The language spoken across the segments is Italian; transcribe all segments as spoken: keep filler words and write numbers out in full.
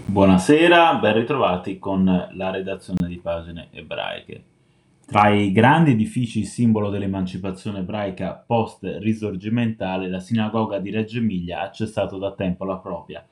Buonasera, ben ritrovati con la redazione di Pagine Ebraiche. Tra i grandi edifici simbolo dell'emancipazione ebraica post-risorgimentale, la sinagoga di Reggio Emilia ha cessato da tempo la propria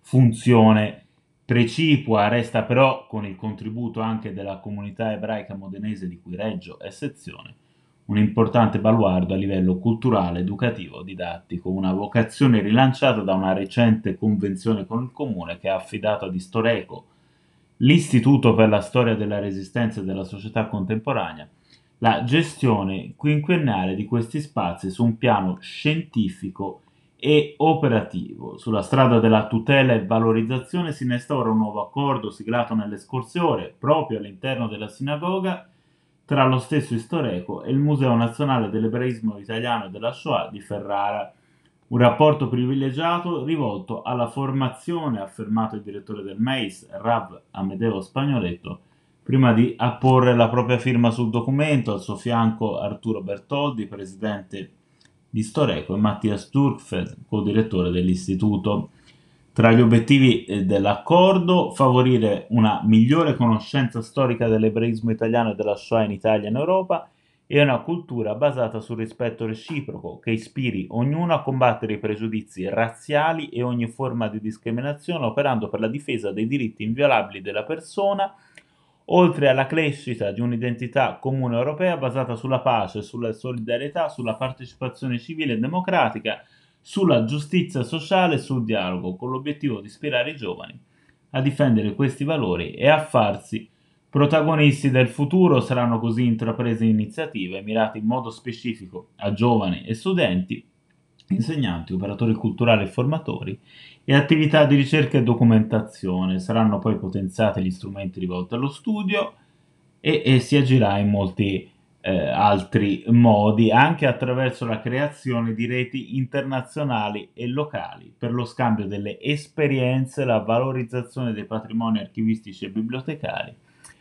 funzione precipua, resta però, con il contributo anche della comunità ebraica modenese di cui Reggio è sezione, un importante baluardo a livello culturale, educativo, didattico, una vocazione rilanciata da una recente convenzione con il comune che ha affidato ad Istoreco, l'Istituto per la storia della resistenza e della società contemporanea, la gestione quinquennale di questi spazi su un piano scientifico e operativo. Sulla strada della tutela e valorizzazione si innesta ora un nuovo accordo siglato nelle scorse ore, proprio all'interno della sinagoga, tra lo stesso Istoreco e il Museo Nazionale dell'Ebraismo Italiano e della Shoah di Ferrara. Un rapporto privilegiato rivolto alla formazione, ha affermato il direttore del M E I S, Rav Amedeo Spagnoletto, prima di apporre la propria firma sul documento. Al suo fianco Arturo Bertoldi, presidente di Storeco, e Mattias Durkfeld, co-direttore dell'istituto. Tra gli obiettivi eh, dell'accordo, favorire una migliore conoscenza storica dell'ebraismo italiano e della Shoah in Italia e in Europa e una cultura basata sul rispetto reciproco che ispiri ognuno a combattere i pregiudizi razziali e ogni forma di discriminazione, operando per la difesa dei diritti inviolabili della persona, oltre alla crescita di un'identità comune europea basata sulla pace, sulla solidarietà, sulla partecipazione civile e democratica, sulla giustizia sociale e sul dialogo, con l'obiettivo di ispirare i giovani a difendere questi valori e a farsi protagonisti del futuro. Saranno così intraprese iniziative mirate in modo specifico a giovani e studenti, insegnanti, operatori culturali e formatori, e attività di ricerca e documentazione. Saranno poi potenziati gli strumenti rivolti allo studio e, e si agirà in molti eh, altri modi, anche attraverso la creazione di reti internazionali e locali per lo scambio delle esperienze, la valorizzazione dei patrimoni archivistici e bibliotecari,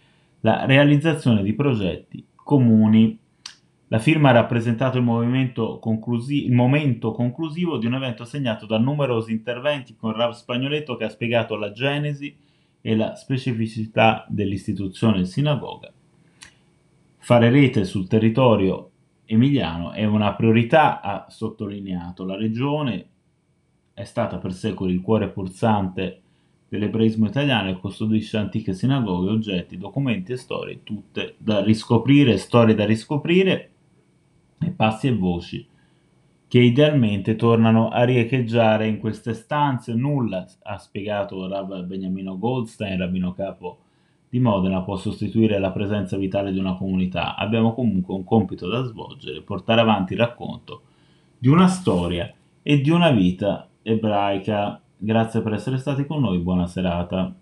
la realizzazione di progetti comuni. La firma ha rappresentato il, movimento conclusi- il momento conclusivo di un evento segnato da numerosi interventi con Rav Spagnoletto, che ha spiegato la genesi e la specificità dell'istituzione sinagoga. Fare rete sul territorio emiliano è una priorità, ha sottolineato. La regione è stata per secoli il cuore pulsante dell'ebraismo italiano e custodisce antiche sinagoghe, oggetti, documenti e storie, tutte da riscoprire, storie da riscoprire, e passi e voci che idealmente tornano a riecheggiare in queste stanze. Nulla, ha spiegato Rav Beniamino Goldstein, rabbino capo di Modena, può sostituire la presenza vitale di una comunità. Abbiamo comunque un compito da svolgere: portare avanti il racconto di una storia e di una vita ebraica. Grazie per essere stati con noi, buona serata.